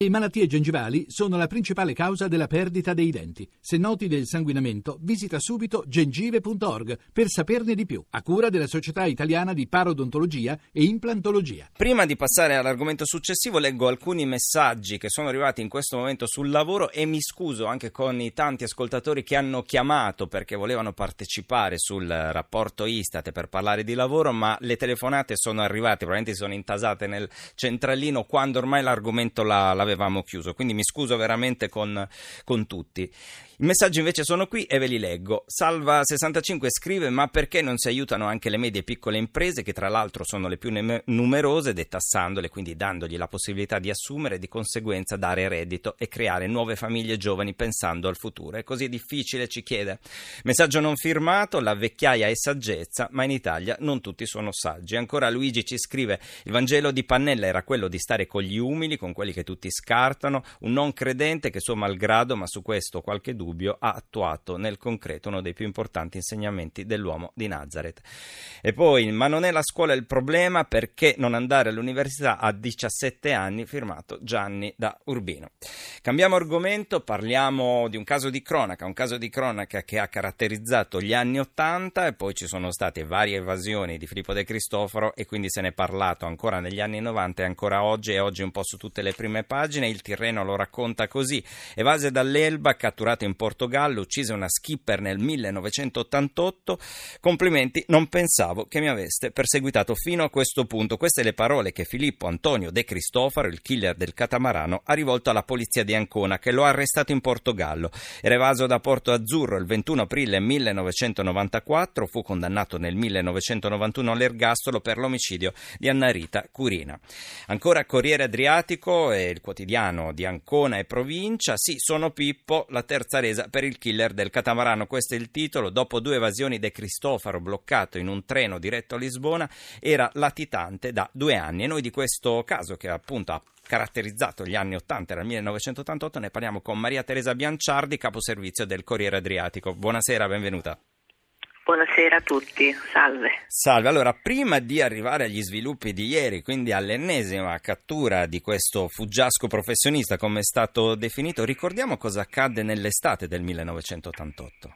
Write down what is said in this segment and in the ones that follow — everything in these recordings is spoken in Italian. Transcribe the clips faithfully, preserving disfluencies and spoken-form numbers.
Le malattie gengivali sono la principale causa della perdita dei denti. Se noti del sanguinamento, visita subito gengive punto org per saperne di più, a cura della Società Italiana di Parodontologia e Implantologia. Prima di passare all'argomento successivo, leggo alcuni messaggi che sono arrivati in questo momento sul lavoro e mi scuso anche con i tanti ascoltatori che hanno chiamato perché volevano partecipare sul rapporto Istat per parlare di lavoro, ma le telefonate sono arrivate, probabilmente si sono intasate nel centralino quando ormai l'argomento la, l'avevamo chiuso, quindi mi scuso veramente con, con tutti. I messaggi invece sono qui e ve li leggo. Salva sessantacinque scrive: ma perché non si aiutano anche le medie e piccole imprese, che tra l'altro sono le più ne- numerose, detassandole, quindi dandogli la possibilità di assumere e di conseguenza dare reddito e creare nuove famiglie giovani pensando al futuro? È così difficile, ci chiede. Messaggio non firmato: la vecchiaia è saggezza, ma in Italia non tutti sono saggi. Ancora Luigi ci scrive: il Vangelo di Pannella era quello di stare con gli umili, con quelli che tutti scartano, un non credente che suo malgrado, ma su questo qualche dubbio, ha attuato nel concreto uno dei più importanti insegnamenti dell'uomo di Nazareth. E poi: ma non è la scuola il problema, perché non andare all'università a diciassette anni? Firmato Gianni da Urbino. Cambiamo argomento, parliamo di un caso di cronaca, un caso di cronaca che ha caratterizzato gli anni Ottanta, e poi ci sono state varie evasioni di Filippo De Cristofaro e quindi se ne è parlato ancora negli anni novanta e ancora oggi, e oggi un po' su tutte le prime pagine. Il Tirreno lo racconta così: evase dall'Elba, catturato in Portogallo, uccise una skipper nel millenovecentottantotto. Complimenti, non pensavo che mi aveste perseguitato fino a questo punto. Queste le parole che Filippo Antonio De Cristofaro, il killer del catamarano, ha rivolto alla polizia di Ancona, che lo ha arrestato in Portogallo. Era evaso da Porto Azzurro il ventuno aprile millenovecentonovantaquattro, fu condannato nel millenovecentonovantuno all'ergastolo per l'omicidio di Anna Rita Curina. Ancora Corriere Adriatico e il quotidiano di Ancona e provincia: sì, sono Pippo, la terza resa per il killer del catamarano. Questo è il titolo. Dopo due evasioni, De Cristofaro, bloccato in un treno diretto a Lisbona, era latitante da due anni. E noi di questo caso, che appunto ha caratterizzato gli anni ottanta, era il millenovecentottantotto, ne parliamo con Maria Teresa Bianciardi, caposervizio del Corriere Adriatico. Buonasera, benvenuta. Buonasera a tutti, salve. Salve, allora prima di arrivare agli sviluppi di ieri, quindi all'ennesima cattura di questo fuggiasco professionista, come è stato definito, ricordiamo cosa accadde nell'estate del millenovecentottantotto.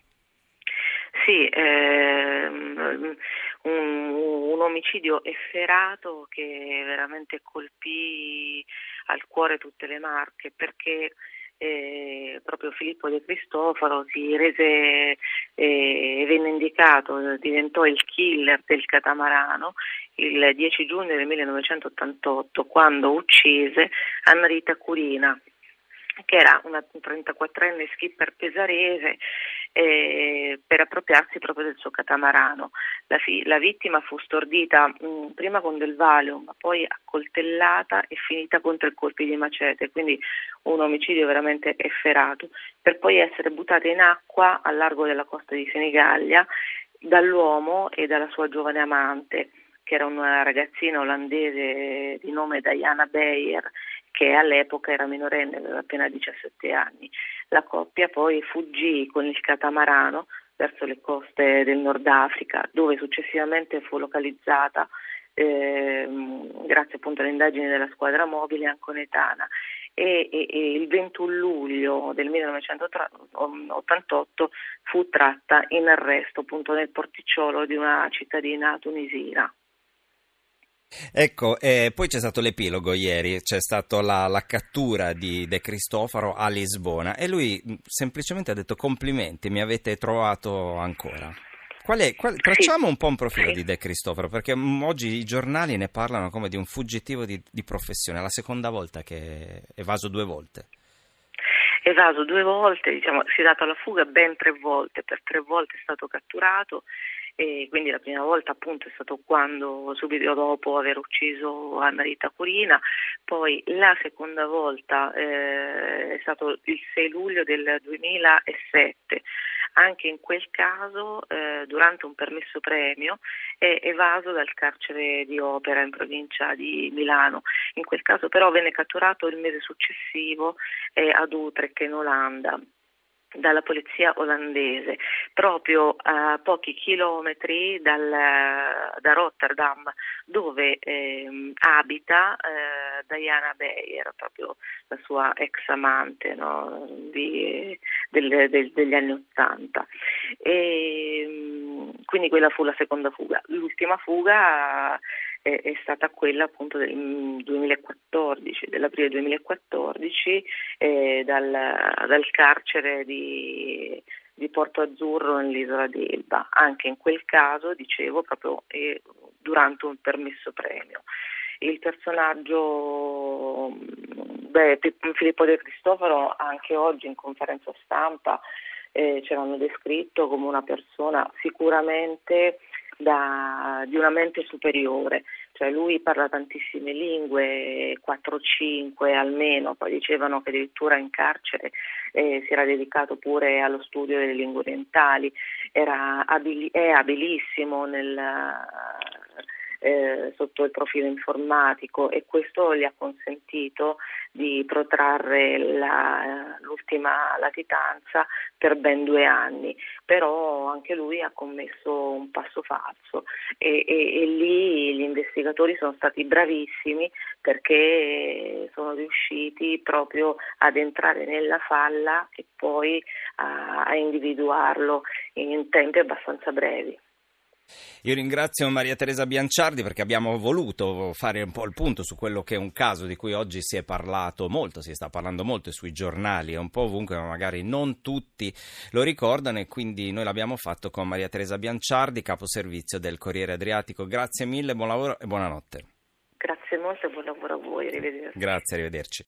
Sì, ehm, un, un omicidio efferato che veramente colpì al cuore tutte le Marche, perché Eh, proprio Filippo De Cristofaro si rese, eh, venne indicato, diventò il killer del catamarano il dieci giugno del millenovecentottantotto, quando uccise Anna Rita Curina, che era una trentaquattrenne skipper pesarese, eh, per appropriarsi proprio del suo catamarano. La, fi- la vittima fu stordita mh, prima con del Valium, ma poi accoltellata e finita con tre colpi di macete, quindi un omicidio veramente efferato, per poi essere buttata in acqua al largo della costa di Senigallia dall'uomo e dalla sua giovane amante, che era una ragazzina olandese di nome Diana Beyer, che all'epoca era minorenne, aveva appena diciassette anni. La coppia poi fuggì con il catamarano verso le coste del Nord Africa, dove successivamente fu localizzata eh, grazie appunto alle indagini della squadra mobile anconetana. E, e, e il ventuno luglio del millenovecentottantotto fu tratta in arresto appunto nel porticciolo di una cittadina tunisina. Ecco, e poi c'è stato l'epilogo ieri, c'è stata la, la cattura di De Cristofaro a Lisbona e lui semplicemente ha detto: complimenti, mi avete trovato ancora. Qual è, qual, tracciamo un po' un profilo di De Cristofaro, perché oggi i giornali ne parlano come di un fuggitivo di, di professione, è la seconda volta che è evaso due volte. Evaso due volte, diciamo, si è dato alla fuga ben tre volte, per tre volte è stato catturato. E quindi la prima volta appunto è stato quando, subito dopo aver ucciso Anna Rita Curina, poi la seconda volta eh, è stato il sei luglio del duemilasette. Anche in quel caso, eh, durante un permesso premio, è evaso dal carcere di Opera in provincia di Milano. In quel caso però venne catturato il mese successivo eh, ad Utrecht in Olanda. dalla polizia olandese, proprio a pochi chilometri dal, da Rotterdam, dove eh, abita eh, Diana Beyer, proprio la sua ex amante, no, di, del, del, degli anni Ottanta. E, quindi quella fu la seconda fuga. L'ultima fuga è, è stata quella appunto del duemilaquattordici, dell'aprile duemilaquattordici, eh, dal, dal carcere di, di Porto Azzurro nell'isola di Elba. Anche in quel caso, dicevo, proprio eh, durante un permesso premio. Il personaggio, beh, Filippo De Cristofaro anche oggi in conferenza stampa eh, ce l'hanno descritto come una persona sicuramente da, di una mente superiore, cioè lui parla tantissime lingue, quattro cinque almeno, poi dicevano che addirittura in carcere eh, si era dedicato pure allo studio delle lingue orientali, era abili- è abilissimo nel Eh, sotto il profilo informatico, e questo gli ha consentito di protrarre la, l'ultima latitanza per ben due anni, però anche lui ha commesso un passo falso e, e, e lì gli investigatori sono stati bravissimi, perché sono riusciti proprio ad entrare nella falla e poi a, a individuarlo in tempi abbastanza brevi. Io ringrazio Maria Teresa Bianciardi perché abbiamo voluto fare un po' il punto su quello che è un caso di cui oggi si è parlato molto, si sta parlando molto sui giornali e un po' ovunque, ma magari non tutti lo ricordano, e quindi noi l'abbiamo fatto con Maria Teresa Bianciardi, caposervizio del Corriere Adriatico. Grazie mille, buon lavoro e buonanotte. Grazie molto e buon lavoro a voi, arrivederci. Grazie, arrivederci.